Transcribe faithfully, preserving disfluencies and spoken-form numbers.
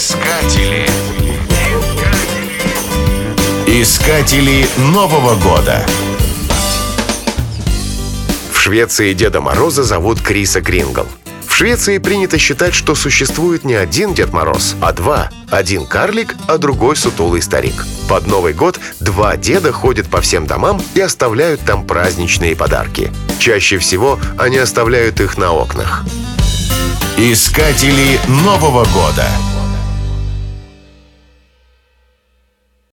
Искатели. Искатели Нового года. В Швеции Деда Мороза зовут Криса Крингл. В Швеции принято считать, что существует не один Дед Мороз, а два. Один карлик, а другой сутулый старик. Под Новый год два деда ходят по всем домам и оставляют там праздничные подарки. Чаще всего они оставляют их на окнах. Искатели Нового года.